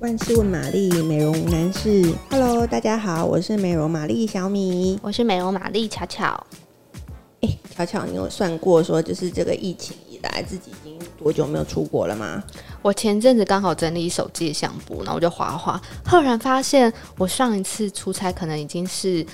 万事问玛丽，美容无难事。Hello， 大家好，我是美容玛丽小米， 我是美容玛丽巧巧。 巧巧，你有算过说就是这个疫情以来自己已经多久没有出国了吗？ 我前阵子刚好整理手机的相簿，然后我就滑滑，赫然发现我上一次出差可能已经是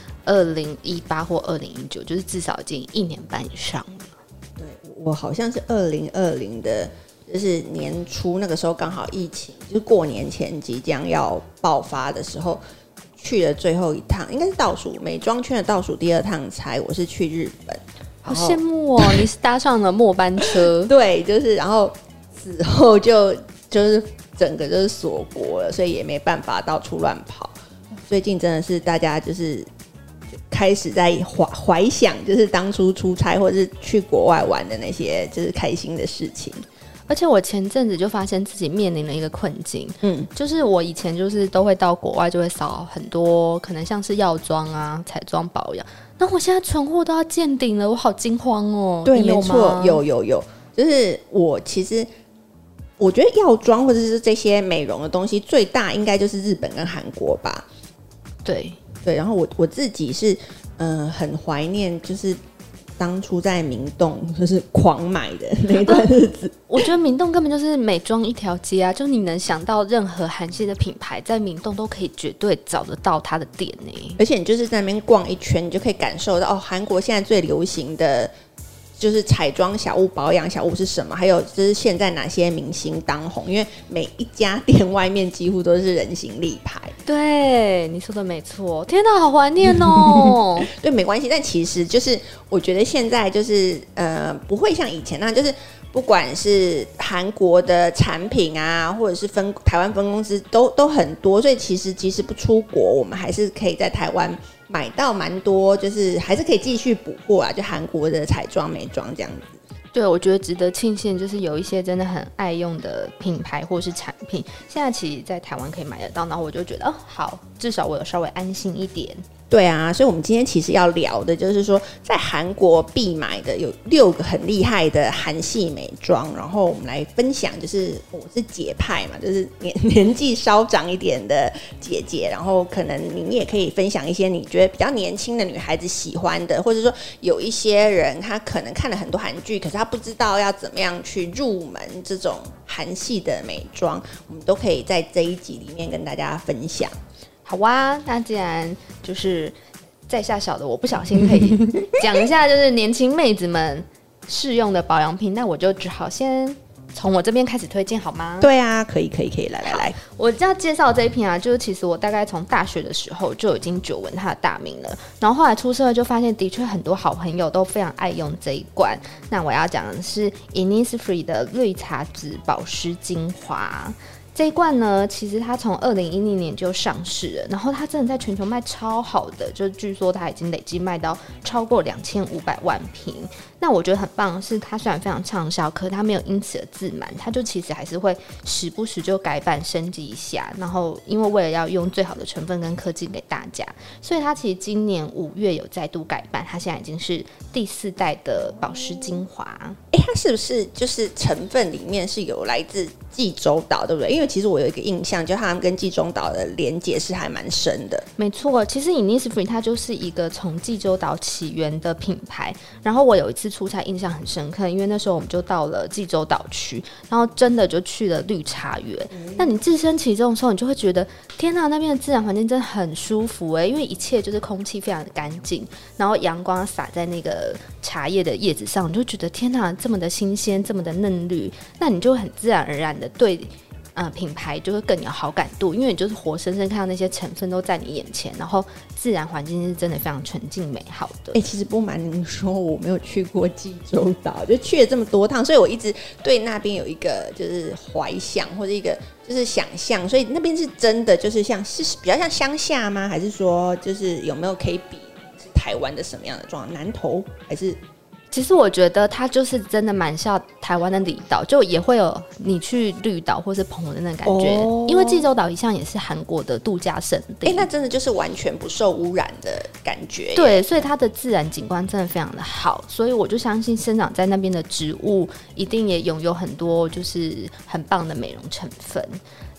2018或2019，就是至少已经1年半以上了。 对，我好像是2020的，就是年初那个时候刚好疫情，就是过年前即将要爆发的时候，去了最后一趟，应该是倒数美妆圈的倒数第2趟差，我是去日本。 好羡慕哦！你是搭上了末班车。 对，就是然后此后就是整个就是锁国了，所以也没办法到处乱跑。最近真的是大家就是开始在怀想，就是当初出差或者是去国外玩的那些就是开心的事情。 而且我前阵子就发现自己面临了一个困境，就是我以前就是都会到国外就会扫很多可能像是药妆啊、彩妆保养，那我现在存货都要见顶了，我好惊慌哦。 对，没错，有，就是其实我觉得药妆或者是这些美容的东西最大应该就是日本跟韩国吧。 对， 然后我自己是很怀念就是当初在明洞就是狂买的那段日子。 我觉得明洞根本就是美妆一条街啊，就你能想到任何韩系的品牌在明洞都可以绝对找得到它的店呢。 而且你就是在那边逛一圈，你就可以感受到韩国现在最流行的就是彩妆小物、保养小物是什么，还有就是现在哪些明星当红，因为每一家店外面几乎都是人形立牌。 对，你说的没错。天哪，好怀念哦。 对，没关系，但其实就是我觉得现在就是不会像以前那样，就是不管是韩国的产品啊，或者是台湾分公司都很多，所以其实即使不出国，我们还是可以在台湾买到蛮多，就是还是可以继续补货啊，就韩国的彩妆、美妆这样子。 对，我觉得值得庆幸，就是有一些真的很爱用的品牌或是产品，现在其实在台湾可以买得到，然后我就觉得好，至少我有稍微安心一点。 对啊，所以我们今天其实要聊的就是说，在韩国必买的有6个很厉害的韩系美妆，然后我们来分享，就是我是姐派嘛，就是年纪稍长一点的姐姐，然后可能你也可以分享一些你觉得比较年轻的女孩子喜欢的，或者说有一些人他可能看了很多韩剧，可是他不知道要怎么样去入门这种韩系的美妆，我们都可以在这一集里面跟大家分享。 好啊，那既然就是在下小的我不小心可以讲一下就是年轻妹子们适用的保养品，那我就只好先从我这边开始推荐好吗？ 对啊，可以，来。 我要介绍这一瓶啊，就是其实我大概从大学的时候就已经久闻它的大名了，然后后来出社会就发现的确很多好朋友都非常爱用这一罐。那我要讲的是 Innisfree 的绿茶籽保湿精华。这一罐呢，其实它从2010年就上市了，然后它真的在全球卖超好的，就据说它已经累计卖到超过2500万瓶。那我觉得很棒的是，它虽然非常畅销，可是它没有因此而自满，它就其实还是会时不时就改版升级一下。然后因为为了要用最好的成分跟科技给大家，所以它其实今年5月有再度改版，它现在已经是第4代的保湿精华。 它是不是就是成分里面是有来自济州岛，对不对？因为其实我有一个印象，就他们跟济州岛的连结是还蛮深的。 没错，其实 Innisfree 它就是一个从济州岛起源的品牌。然后我有一次出差印象很深刻，因为那时候我们就到了济州岛区，然后真的就去了绿茶园。那你置身其中的时候，你就会觉得天哪，那边的自然环境真的很舒服因为一切就是空气非常的干净，然后阳光洒在那个茶叶的叶子上，你就觉得天哪，这么的新鲜，这么的嫩绿，那你就会很自然而然的对品牌就会更有好感度，因为你就是活生生看到那些成分都在你眼前，然后自然环境是真的非常纯净美好的。 其实不瞒您说，我没有去过济州岛，就去了这么多趟，所以我一直对那边有一个就是怀想或者一个就是想象，所以那边是真的就是是比较像乡下吗？还是说就是有没有可以比是台湾的什么样的状况？南投还是？ 其实我觉得它就是真的蛮像台湾的离岛，就也会有你去绿岛或是澎湖的那种感觉因为济州岛一向也是韩国的度假胜地那真的就是完全不受污染的感觉对，所以它的自然景观真的非常的好，所以我就相信生长在那边的植物一定也拥有很多就是很棒的美容成分。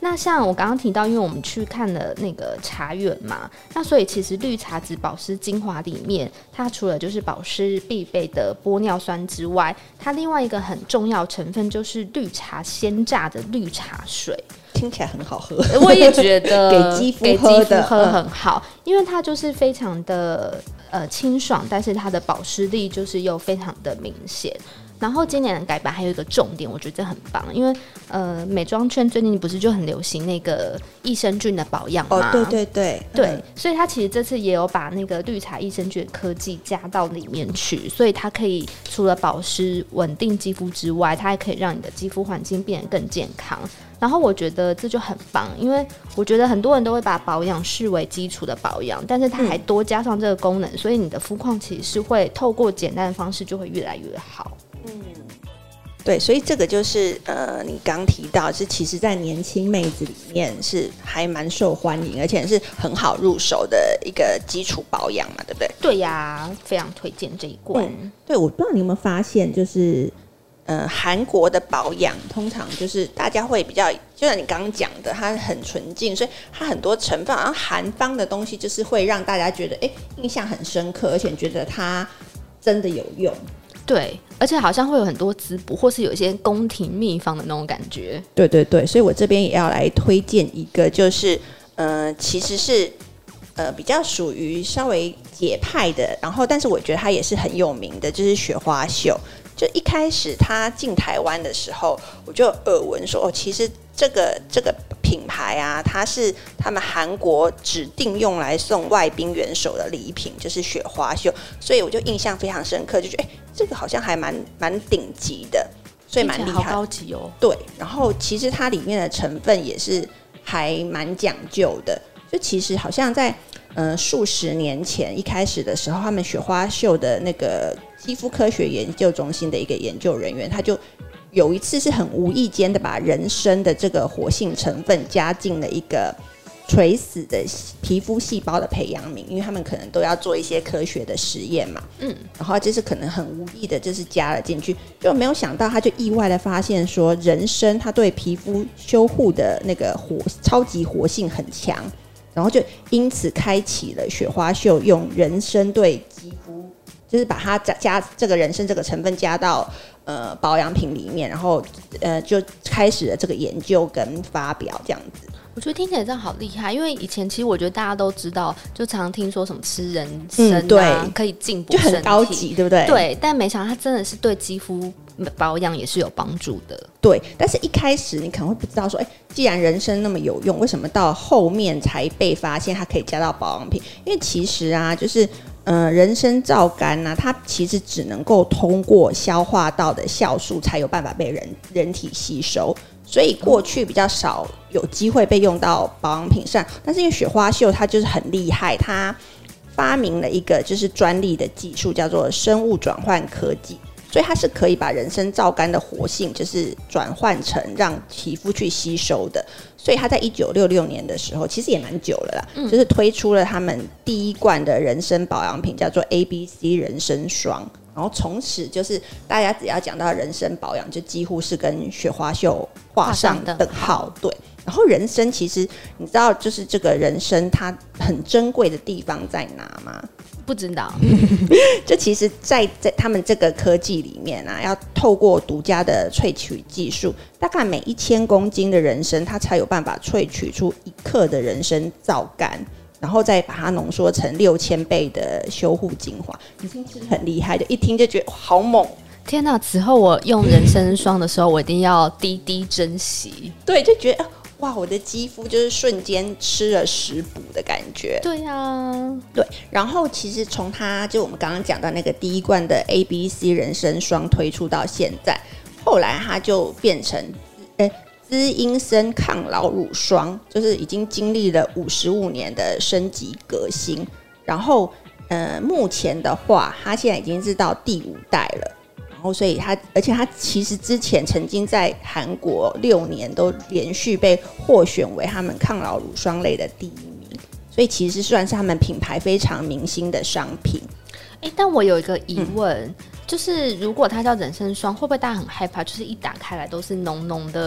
那像我刚刚提到，因为我们去看了那个茶园嘛，那所以其实绿茶籽保湿精华里面，它除了就是保湿必备的玻尿酸之外，它另外一个很重要成分就是绿茶鲜榨的绿茶水。 听起来很好喝， 我也觉得给肌肤喝很好，因为它就是非常的清爽，但是它的保湿力就是又非常的明显。然后今年的改版还有一个重点，我觉得这很棒，因为美妆圈最近不是就很流行那个益生菌的保养吗？ 对对对对，所以它其实这次也有把那个绿茶益生菌科技加到里面去，所以它可以除了保湿稳定肌肤之外，它还可以让你的肌肤环境变得更健康。然后我觉得这就很棒，因为我觉得很多人都会把保养视为基础的保养，但是它还多加上这个功能，所以你的肤况其实是会透过简单的方式就会越来越好。 对，所以这个就是你刚提到是其实在年轻妹子里面是还蛮受欢迎，而且是很好入手的一个基础保养嘛，对不对？ 对呀，非常推荐这一罐。 对，我不知道你有没有发现，就是韩国的保养通常就是大家会比较，就像你刚刚讲的，它很纯净，所以它很多成分，好像韩方的东西就是会让大家觉得印象很深刻，而且觉得它真的有用。 对，而且好像会有很多滋补，或是有一些宫廷秘方的那种感觉。 对对对，所以我这边也要来推荐一个，就是其实是比较属于稍微解派的，然后但是我觉得它也是很有名的，就是雪花秀。就一开始它进台湾的时候，我就耳闻说其实这个品牌啊，它是他们韩国指定用来送外宾元首的礼品，就是雪花秀，所以我就印象非常深刻，就觉得这个好像还蛮顶级的，所以蛮厉害， 好高级哦。 对，然后其实它里面的成分也是还蛮讲究的，就其实好像在数十年前一开始的时候，他们雪花秀的那个肌肤科学研究中心的一个研究人员，他就有一次是很无意间的把人参的这个活性成分加进了一个垂死的皮肤细胞的培养皿，因为他们可能都要做一些科学的实验嘛，然后就是可能很无意的就是加了进去，就没有想到他就意外的发现说人参它对皮肤修护的那个超级活性很强，然后就因此开启了雪花秀用人参对肌肤，就是把它加这个人参这个成分加到保养品里面，然后就开始了这个研究跟发表这样子。 我觉得听起来这样好厉害，因为以前其实我觉得大家都知道，就常听说什么吃人参对， 可以进补身体， 就很高级，对不对？ 对，但没想到它真的是对肌肤保养也是有帮助的。 对，但是一开始你可能会不知道说，既然人参那么有用，为什么到后面才被发现它可以加到保养品？因为其实啊，就是人参皂苷啊，它其实只能够通过消化道的酵素才有办法被人体吸收。所以过去比较少有机会被用到保养品上，但是因为雪花秀它就是很厉害，它发明了一个就是专利的技术，叫做生物转换科技，所以它是可以把人参皂苷的活性就是转换成让皮肤去吸收的。所以它在1966年的时候，其实也蛮久了啦，就是推出了他们第一罐的人参保养品，叫做 ABC 人参霜。然后从此就是大家只要讲到人参保养，就几乎是跟雪花秀画上等号。对，然后人参其实你知道，就是这个人参它很珍贵的地方在哪吗？ 不知道。 就其实在他们这个科技里面啊，要透过独家的萃取技术，大概每1000公斤的人参，它才有办法萃取出1克的人参皂苷。然后再把它浓缩成6000倍的修护精华，你听是很厉害的，一听就觉得好猛！ 天哪！此后我用人参霜的时候，我一定要滴滴珍惜。 对，就觉得哇，我的肌肤就是瞬间吃了食补的感觉。 对啊， 对。然后其实从它就我们刚刚讲到那个第一罐的 ABC 人参霜推出到现在，后来它就变成滋阴森抗老乳霜，就是已经经历了55年的升级革新。然后目前的话，它现在已经是到第5代了。然后所以而且它其实之前曾经在韩国6年都连续被获选为他们抗老乳霜类的第1名，所以其实算是他们品牌非常明星的商品。 但我有一个疑问，就是如果它叫人参霜，会不会大家很害怕？就是一打开来都是浓浓的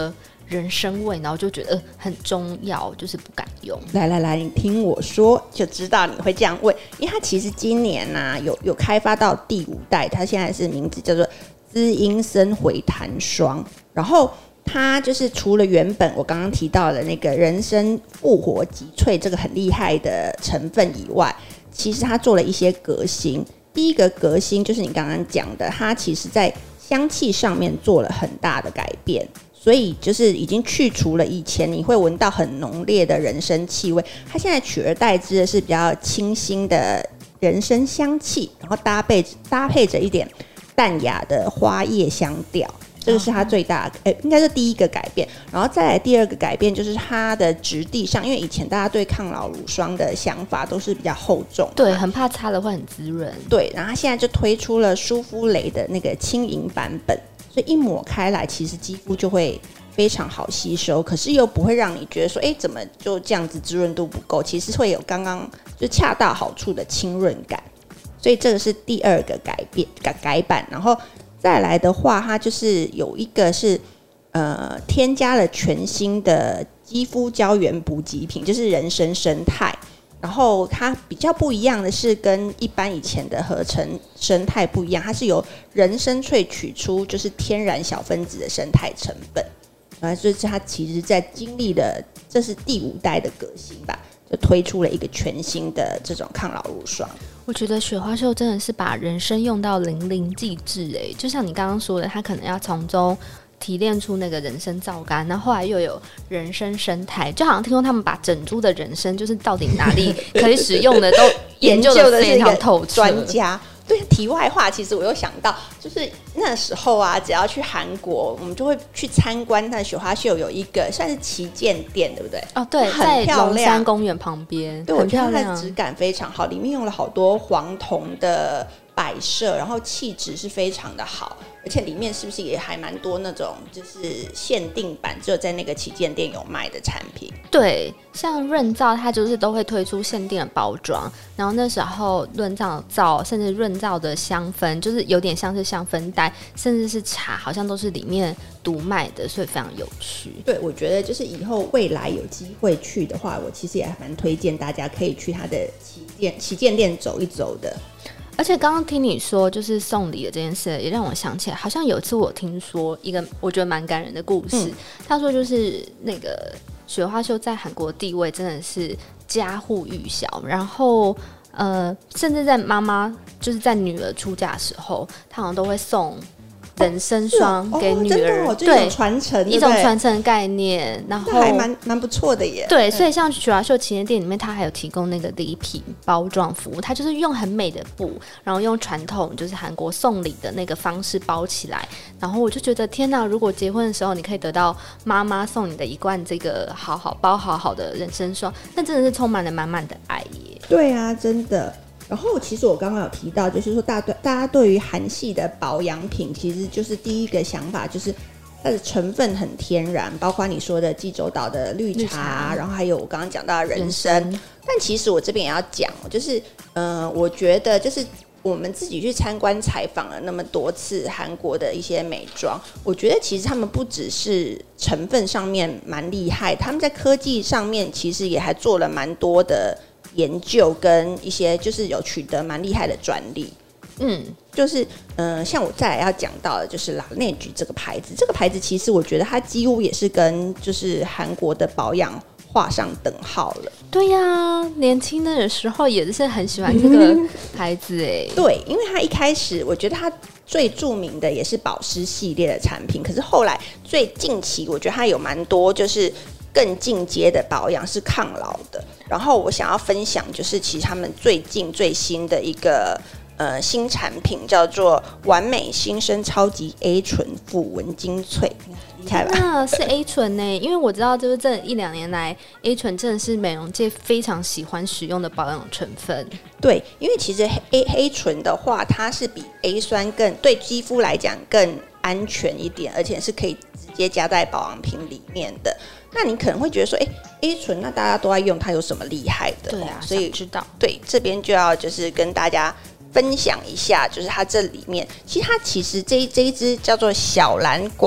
人参味，然后就觉得很中药，就是不敢用。 来，你听我说就知道你会这样问，因为它其实今年啊有开发到第5代，它现在是名字叫做滋阴生回弹霜，然后它就是除了原本我刚刚提到的那个人参复活极萃这个很厉害的成分以外，其实它做了一些革新。第一个革新就是你刚刚讲的，它其实在香气上面做了很大的改变，所以就是已经去除了以前你会闻到很浓烈的人参气味，它现在取而代之的是比较清新的人参香气，然后搭配着一点淡雅的花叶香调，这个是它最大的，应该是第一个改变。然后再来第二个改变就是它的质地上，因为以前大家对抗老乳霜的想法都是比较厚重， 对，很怕擦了会很滋润。 对，然后它现在就推出了舒肤蕾的那个轻盈版本，所以一抹开来，其实肌肤就会非常好吸收，可是又不会让你觉得说，怎么就这样子滋润度不够？其实会有刚刚就恰到好处的清润感。所以这个是第二个改版，然后再来的话，它就是有一个是添加了全新的肌肤胶原补给品，就是人参生态。然后它比较不一样的是，跟一般以前的合成生态不一样，它是由人参萃取出就是天然小分子的生态成分。所以它其实在经历了这是第5代的革新吧，就推出了一个全新的这种抗老乳霜。 我觉得雪花秀真的是把人参用到淋漓尽致，就像你刚刚说的，它可能要从中提炼出那个人参皂苷，然后后来又有人参生态，就好像听说他们把整株的人参就是到底哪里可以使用的都研究的非常透彻， 专家。对，题外话，其实我又想到，就是那时候啊，只要去韩国，我们就会去参观它的雪花秀，有一个算是旗舰店，对不对？ 哦，对，在龙山公园旁边， 对，我觉得它的质感非常好，里面用了好多黄铜的摆设，然后气质是非常的好，而且里面是不是也还蛮多那种就是限定版，只有在那个旗舰店有卖的产品？ 对，像润燥它就是都会推出限定的包装，然后那时候润燥甚至润燥的香氛，就是有点像是香氛袋，甚至是茶，好像都是里面独卖的，所以非常有趣。 对，我觉得就是以后未来有机会去的话，我其实也蛮推荐大家可以去它的旗舰店走一走的。 而且刚刚听你说就是送礼的这件事，也让我想起来，好像有一次我听说一个我觉得蛮感人的故事。他说就是那个雪花秀在韩国地位真的是家喻户晓，然后甚至在妈妈就是在女儿出嫁的时候，他好像都会送人参霜给女儿， 对，一种传承的概念，然后还蛮不错的耶。 对，所以像雪花秀旗舰店里面，它还有提供那个礼品包装服务，它就是用很美的布，然后用传统就是韩国送礼的那个方式包起来。然后我就觉得天哪，如果结婚的时候你可以得到妈妈送你的一罐这个包好的人参霜，那真的是充满了满满的爱耶。 对啊，真的。然后其实我刚刚有提到，就是说大家对于韩系的保养品，其实就是第一个想法就是它的成分很天然，包括你说的济州岛的绿茶，然后还有我刚刚讲到的人参。但其实我这边也要讲，就是我觉得就是我们自己去参观采访了那么多次韩国的一些美妆，我觉得其实他们不只是成分上面蛮厉害，他们在科技上面其实也还做了蛮多的研究跟一些就是有取得蛮厉害的专利。就是像我再来要讲到的就是 Laneige 这个牌子，这个牌子其实我觉得它几乎也是跟就是韩国的保养画上等号了。 对呀，年轻的时候也是很喜欢这个牌子哎。 对，因为它一开始我觉得它最著名的也是保湿系列的产品，可是后来最近期我觉得它有蛮多就是更进阶的保养是抗老的。然后我想要分享就是其实他们最近最新的一个新产品叫做完美新生超级 A 醇抚纹精粹，厉害吧？ 那是 A 醇呢，因为我知道就是这1-2年来 A 醇真的是美容界非常喜欢使用的保养成分。 对，因为其实 A 醇的话，它是比 A 酸更对肌肤来讲更安全一点，而且是可以直接加在保养品里面的。那你可能会觉得说，A 醇那大家都在用，它有什么厉害的？ 对啊， 所以知道。 对，这边就要就是跟大家分享一下，就是它这里面，其实这一支叫做小蓝管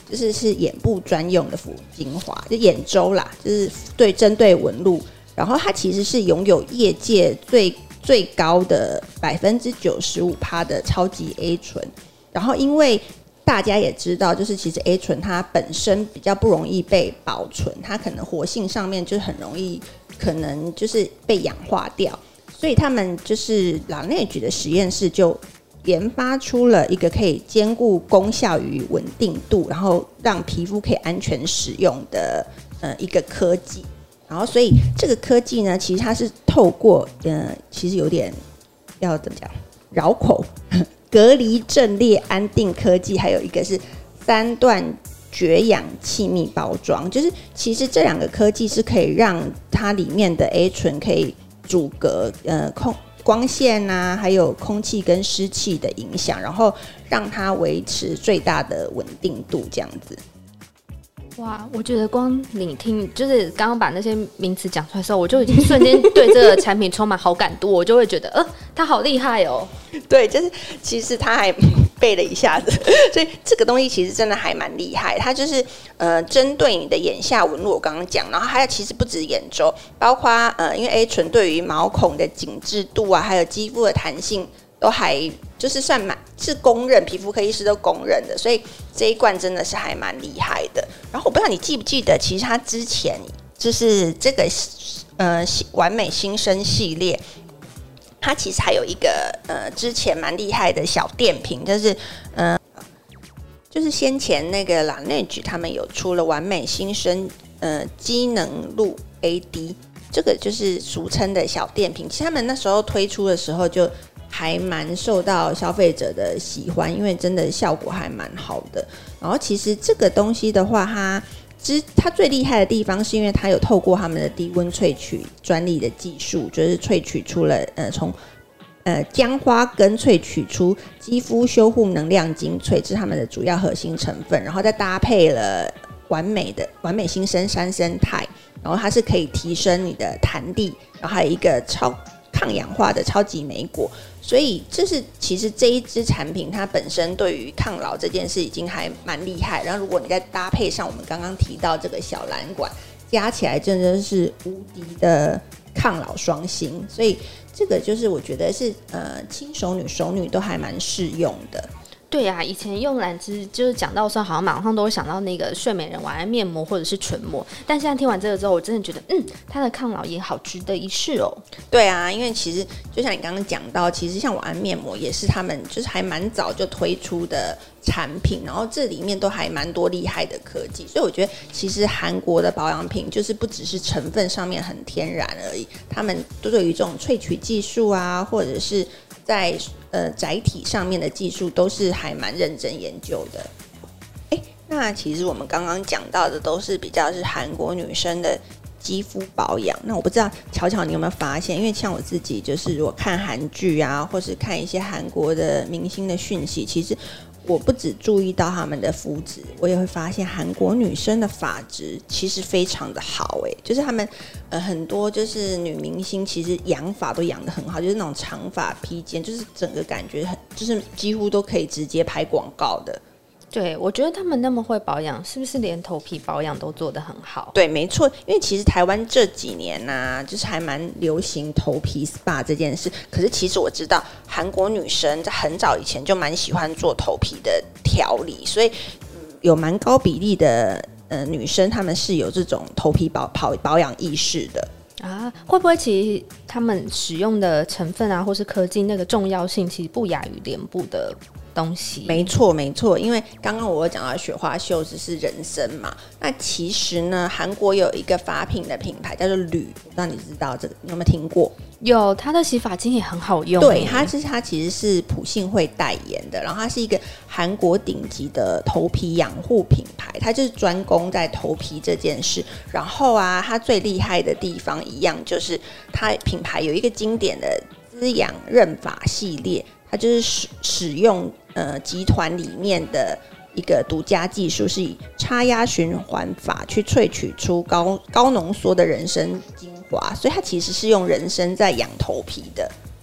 是眼部专用的辅精华，就眼周啦，就是针对纹路。然后它其实是拥有业界最高的95%的超级 A 醇。然后因为大家也知道，就是其实 A 醇它本身比较不容易被保存，它可能活性上面就很容易可能就是被氧化掉，所以他们就是 Laneige 的实验室就研发出了一个可以兼顾功效与稳定度，然后让皮肤可以安全使用的一个科技。然后所以这个科技呢，其实它是透过其实有点要怎么讲绕口隔离阵列安定科技，还有一个是3段绝氧气密包装，就是其实这2个科技是可以让它里面的 A 醇可以阻隔光线啊，还有空气跟湿气的影响，然后让它维持最大的稳定度这样子。 哇，我觉得光你听，就是刚刚把那些名词讲出来的时候，我就已经瞬间对这个产品充满好感度，我就会觉得，它好厉害哦。 对，就是其实他还背了一下子，所以这个东西其实真的还蛮厉害。它就是针对你的眼下纹路，我刚刚讲，然后它其实不止眼周，包括因为 A 醇对于毛孔的紧致度啊，还有肌肤的弹性。都还就是算是公认，皮肤科医师都公认的，所以这一罐真的是还蛮厉害的。然后我不知道你记不记得，其实它之前就是这个完美新生系列，它其实还有一个之前蛮厉害的小电瓶，就是先前那个 Laneige 他们有出了完美新生机能露 AD， 这个就是俗称的小电瓶。其实他们那时候推出的时候就还蛮受到消费者的喜欢，因为真的效果还蛮好的。然后其实这个东西的话，它最厉害的地方是因为它有透过他们的低温萃取专利的技术，就是萃取出了从姜花根萃取出肌肤修护能量精粹，这是他们的主要核心成分，然后再搭配了完美新生3生态，然后它是可以提升你的弹力，然后还有一个抗氧化的超级莓果，所以其实这一支产品它本身对于抗老这件事已经还蛮厉害，然后如果你再搭配上我们刚刚提到这个小蓝管，加起来真的是无敌的抗老双星，所以这个就是我觉得是轻熟女熟女都还蛮适用的。 对啊，以前用兰芝就是讲到的时候，好像马上都会想到那个睡美人晚安面膜或者是唇膜，但现在听完这个之后，我真的觉得，它的抗老也好值得一试哦。 对啊，因为其实就像你刚刚讲到，其实像晚安面膜也是他们就是还蛮早就推出的产品，然后这里面都还蛮多厉害的科技，所以我觉得其实韩国的保养品就是不只是成分上面很天然而已，他们都对于这种萃取技术啊，或者是在载体上面的技术都是还蛮认真研究的。那其实我们刚刚讲到的都是比较是韩国女生的肌肤保养，那我不知道巧巧你有没有发现，因为像我自己就是如果看韩剧啊，或是看一些韩国的明星的讯息，其实我不只注意到他们的肤质，我也会发现韩国女生的发质其实非常的好，就是他们很多就是女明星其实养发都养得很好，就是那种长发披肩，就是整个感觉就是几乎都可以直接拍广告的。 对，我觉得他们那么会保养，是不是连头皮保养都做得很好？ 对，没错，因为其实台湾这几年啊，就是还蛮流行头皮 SPA 这件事。可是其实我知道韩国女生在很早以前就蛮喜欢做头皮的调理，所以有蛮高比例的女生她们是有这种头皮保养意识的。 啊，会不会其实他们使用的成分啊，或是科技那个重要性，其实不亚于脸部的东西？没错没错，因为刚刚我有讲到雪花秀是人参嘛，那其实呢，韩国有一个发品的品牌叫做吕，我不知道你知道这个，你有没有听过？ 有，它的洗发精也很好用。 对，它其实是普信会代言的，然后它是一个韩国顶级的头皮养护品牌，它就是专攻在头皮这件事。然后啊，它最厉害的地方一样就是它品牌有一个经典的滋养润发系列，它就是使用集团里面的一个独家技术，是以差压循环法去萃取出高浓缩的人参精华，所以它其实是用人参在养头皮的。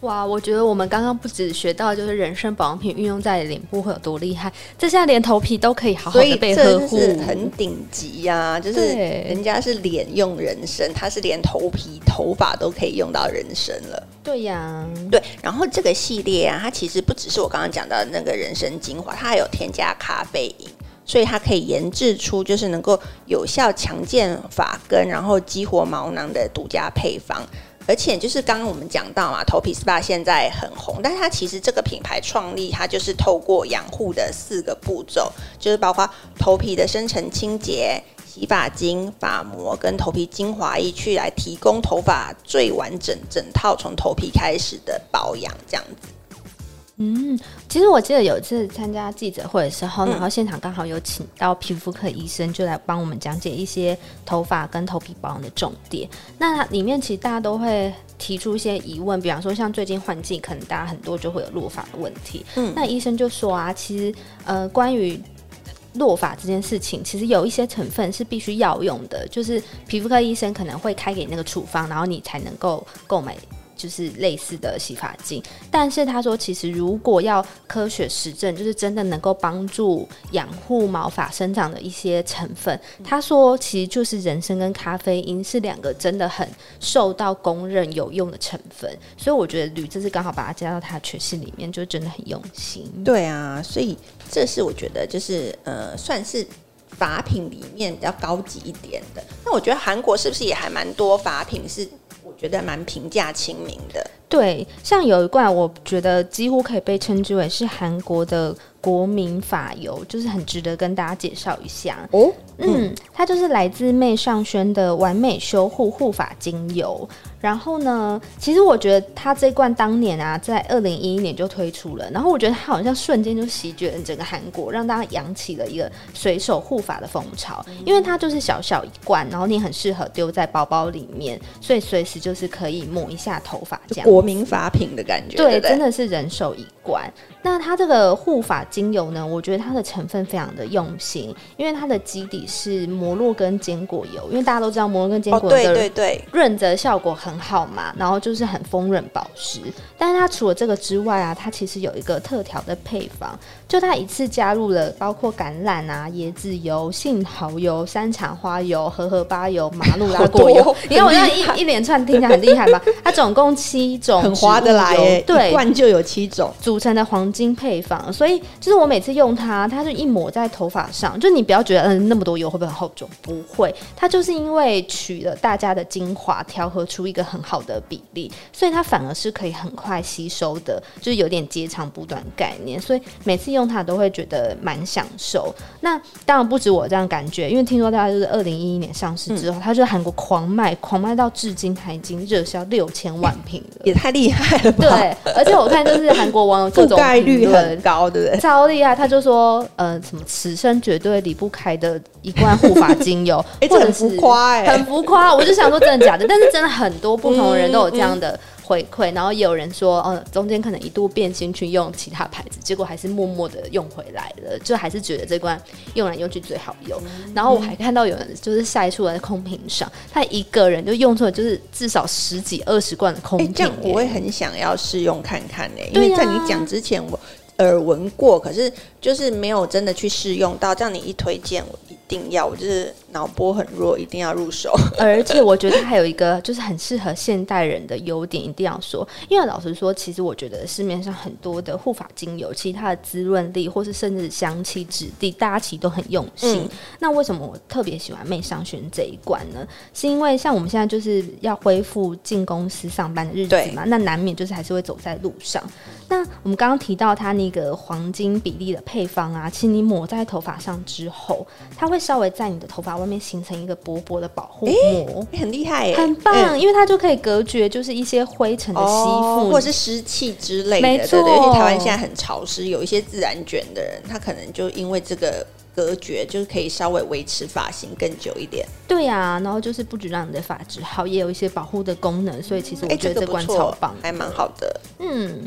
哇，我觉得我们刚刚不只学到就是人参保养品运用在脸部会有多厉害，这下连头皮都可以好好的被呵护， 所以这是很顶级啊！就是人家是脸用人参，他是连头皮、头发都可以用到人参了。 对呀， 对。然后这个系列啊，它其实不只是我刚刚讲到的那个人参精华，它还有添加咖啡因。所以它可以研制出就是能够有效强健发根，然后激活毛囊的独家配方。而且就是刚刚我们讲到嘛，头皮 SPA 现在很红，但是它其实这个品牌创立，它就是透过养护的4个步骤，就是包括头皮的深层清洁、洗发精、发膜跟头皮精华液，去来提供头发最完整整套从头皮开始的保养，这样子。 其实我记得有一次参加记者会的时候，然后现场刚好有请到皮肤科医生，就来帮我们讲解一些头发跟头皮保养的重点。那里面其实大家都会提出一些疑问，比方说像最近换季，可能大家很多就会有落发的问题。那医生就说啊，其实关于落发这件事情，其实有一些成分是必须要用的，就是皮肤科医生可能会开给那个处方，然后你才能够购买就是类似的洗发精。但是他说其实如果要科学实证，就是真的能够帮助养护毛发生长的一些成分，他说其实就是人参跟咖啡因是2个真的很受到公认有用的成分。所以我觉得吕这次刚好把它加到他的诠释里面，就真的很用心。 对啊，所以这是我觉得就是算是发品里面比较高级一点的。那我觉得韩国是不是也还蛮多发品是我觉得蛮平价亲民的？ 对，像有一罐我觉得几乎可以被称之为是韩国的国民发油，就是很值得跟大家介绍一下哦。它就是来自媚尚轩的完美修护护发精油。然后呢，其实我觉得它这罐当年啊，在2011年就推出了，然后我觉得它好像瞬间就席卷了整个韩国，让大家扬起了一个随手护发的风潮。因为它就是小小一罐，然后你很适合丢在包包里面，所以随时就是可以抹一下头发这样。 国民发品的感觉， 对，真的是人手一罐。那它这个护发精油呢，我觉得它的成分非常的用心，因为它的基底是摩洛根坚果油，因为大家都知道摩洛根坚果的润泽效果很好嘛，然后就是很丰润保湿。但是它除了这个之外啊，它其实有一个特调的配方，就它一次加入了包括橄榄啊、椰子油、杏桃油、山茶花油、荷荷巴油、马努拉果油。你看我这样一连串听起来很厉害吧？它总共7种， 很划得来耶，对，一罐就有7种组成的黄金配方。所以就是我每次用它就一抹在头发上，就你不要觉得那么多油会不会很厚重，不会，它就是因为取了大家的精华，调和出一个很好的比例，所以它反而是可以很快吸收的，就是有点截长补短概念，所以每次用它都会觉得蛮享受。那当然不止我这样感觉，因为听说大家就是2011年上市之后，它就韩国狂卖到至今它已经热销6000万瓶了， 也太厉害了吧？ 对，而且我看就是韩国网友各种覆盖率很高，对不对？ 超厉害，他就说什么此生绝对离不开的一罐护发精油， 这很浮夸很浮夸。我就想说真的假的，但是真的很多不同的人都有这样的回馈，然后也有人说中间可能一度变心去用其他牌子，结果还是默默的用回来了，就还是觉得这罐用来用去最好用。然后我还看到有人就是晒出来空瓶上，他一个人就用出了就是至少10几20罐的空瓶， 这样我会很想要试用看看因为在你讲之前我耳闻过，可是就是没有真的去试用到。这样你一推荐，我一定要，我就是脑波很弱，一定要入手。 而且我觉得它还有一个就是很适合现代人的优点，一定要说。因为老实说，其实我觉得市面上很多的护发精油，其实它的滋润力或是甚至香气质地，大家其实都很用心。那为什么我特别喜欢媚尚轩这一罐呢？是因为像我们现在就是要恢复进公司上班的日子嘛，那难免就是还是会走在路上。那我们刚刚提到它那个黄金比例的配方啊，其实你抹在头发上之后，它会稍微在你的头发外面形成一个薄薄的保护膜， 很厉害耶， 很棒，因为它就可以隔绝就是一些灰尘的吸附， 或者是湿气之类的。 没错， 对，尤其台湾现在很潮湿，有一些自然卷的人，他可能就因为这个隔绝，就是可以稍微维持发型更久一点。 对啊，然后就是不止让你的发质好，也有一些保护的功能，所以其实我觉得这罐超棒， 还蛮好的。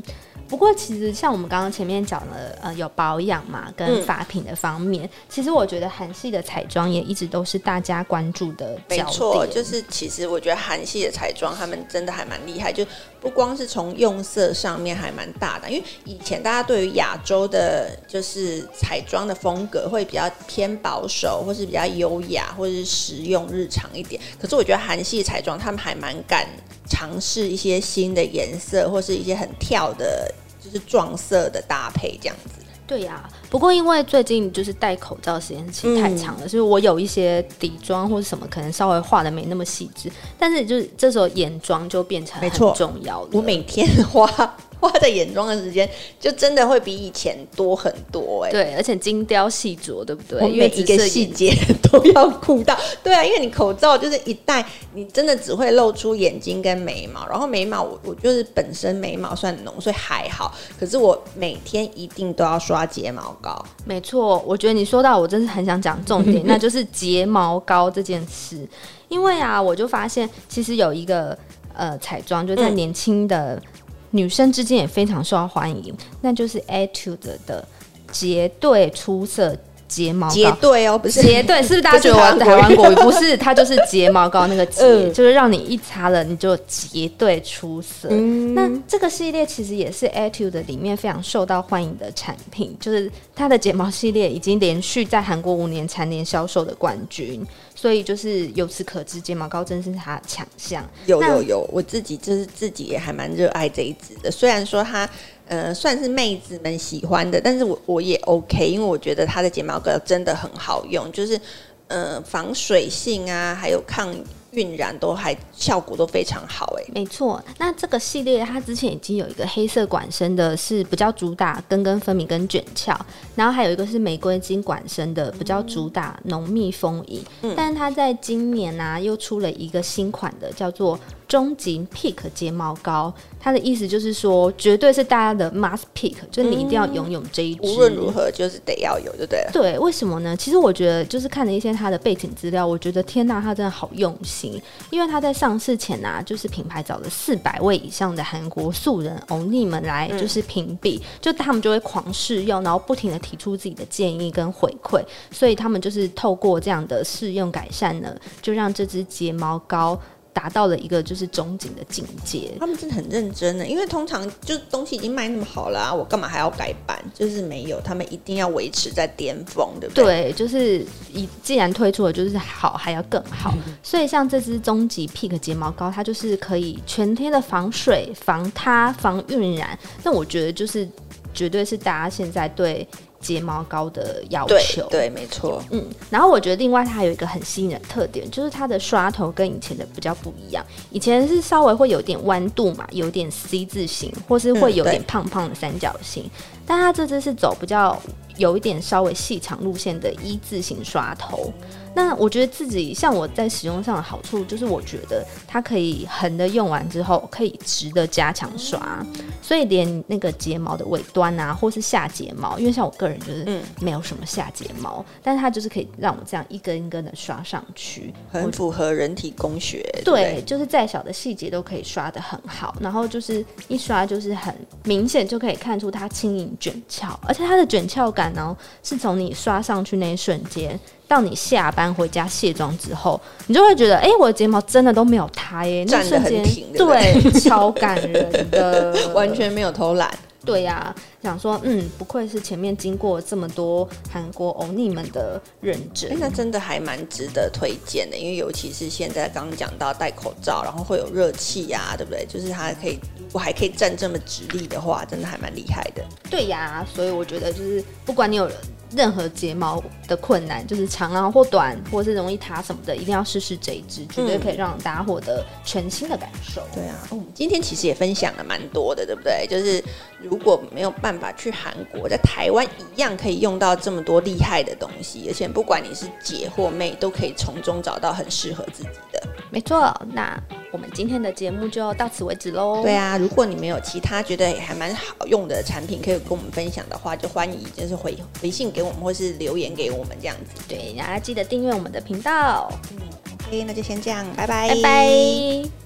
不过其实像我们刚刚前面讲的，有保养嘛，跟发品的方面，其实我觉得韩系的彩妆也一直都是大家关注的焦点。 没错，就是其实我觉得韩系的彩妆他们真的还蛮厉害，就不光是从用色上面还蛮大胆，因为以前大家对于亚洲的就是彩妆的风格会比较偏保守，或是比较优雅，或者是实用日常一点。可是我觉得韩系彩妆他们还蛮敢尝试一些新的颜色，或是一些很跳的，就是撞色的搭配这样子。 对呀，不过因为最近就是戴口罩时间其实太长了，所以我有一些底妆或是什么可能稍微画的没那么细致，但是就是这时候眼妆就变成很重要了。 我每天花在眼妆的时间就真的会比以前多很多对，而且精雕细琢，对不对？ 因为每一个细节都要顾到。对啊，因为你口罩就是一戴，你真的只会露出眼睛跟眉毛，然后眉毛我就是本身眉毛算浓，所以还好。可是我每天一定都要刷睫毛膏。 没错，我觉得你说到我真是很想讲重点，那就是睫毛膏这件事。因为啊，我就发现其实有一个彩妆就在年轻的女生之间也非常受到欢迎，那就是 Etude 的结对出色睫毛膏。 结对哦，不是结对，是不是大家觉得我台湾国语？不是，它就是睫毛膏那个结，就是让你一擦了你就结对出色。那这个系列其实也是 Etude 里面非常受到欢迎的产品，就是它的睫毛系列已经连续在韩国5年蝉联销售的冠军。所以就是由此可知，睫毛膏真是它的强项。 有，我自己也还蛮热爱这一支的。虽然说它算是妹子们喜欢的，但是我也 OK， 因为我觉得它的睫毛膏真的很好用，就是防水性啊，还有抗晕染都还效果都非常好没错。那这个系列它之前已经有一个黑色管身的，是比较主打根根分明跟卷翘，然后还有一个是玫瑰金管身的，比较主打浓密丰盈。但是它在今年啊又出了一个新款的，叫做终极 Peak 睫毛膏。它的意思就是说，绝对是大家的 must pick， 就是你一定要拥有这一支， 无论如何就是得要有就对了。 对，为什么呢？其实我觉得就是看了一些它的背景资料，我觉得天哪，它真的好用心。因为它在上市前啊，就是品牌找了400位以上的韩国素人欧尼们来就是评比，就他们就会狂试用，然后不停的提出自己的建议跟回馈，所以他们就是透过这样的试用改善呢，就让这支睫毛膏达到了一个就是终极的境界。 他们真的很认真的，因为通常就是东西已经卖那么好了我干嘛还要改版？就是没有，他们一定要维持在巅峰，对不对？ 对，就是既然推出了就是好还要更好，所以像这支终极 Peak 睫毛膏，它就是可以全天的防水、防塌、防晕染。但我觉得就是绝对是大家现在对睫毛膏的要求。 对，没错。 然后我觉得另外它还有一个很吸引人的特点，就是它的刷头跟以前的比较不一样。以前是稍微会有点弯度嘛，有点 C 字形，或是会有点胖胖的三角形，但它这支是走比较有一点稍微细长路线的一字形刷头。那我觉得自己像我在使用上的好处，就是我觉得它可以横的用完之后，可以直的加强刷，所以连那个睫毛的尾端啊，或是下睫毛，因为像我个人就是没有什么下睫毛，但是它就是可以让我这样一根一根的刷上去， 很符合人体工学。 对，就是再小的细节都可以刷得很好，然后就是一刷就是很明显就可以看出它轻盈卷翘，而且它的卷翘感呢，是从你刷上去那一瞬间到你下班回家卸妆之后，你就会觉得我的睫毛真的都没有塌站得很挺， 对，超感人的完全没有偷懒。 对呀，想说不愧是前面经过这么多韩国欧尼们的认证， 那真的还蛮值得推荐的。因为尤其是现在刚刚讲到戴口罩，然后会有热气啊，对不对？就是它可以，如果还可以站这么直立的话，真的还蛮厉害的。 对呀，所以我觉得就是不管你有任何睫毛的困难，就是长啊或短，或是容易塌什么的，一定要试试这一支，绝对可以让大家获得全新的感受。 对啊，今天其实也分享了蛮多的，对不对？就是如果没有办法去韩国，在台湾一样可以用到这么多厉害的东西，而且不管你是姐或妹，都可以从中找到很适合自己的。 没错，那我们今天的节目就到此为止咯。 对啊，如果你们有其他觉得还蛮好用的产品可以跟我们分享的话，就欢迎就是回信给我们，或是留言给我们这样子。 对，大家记得订阅我们的频道。 OK， 那就先这样，拜拜， 拜拜。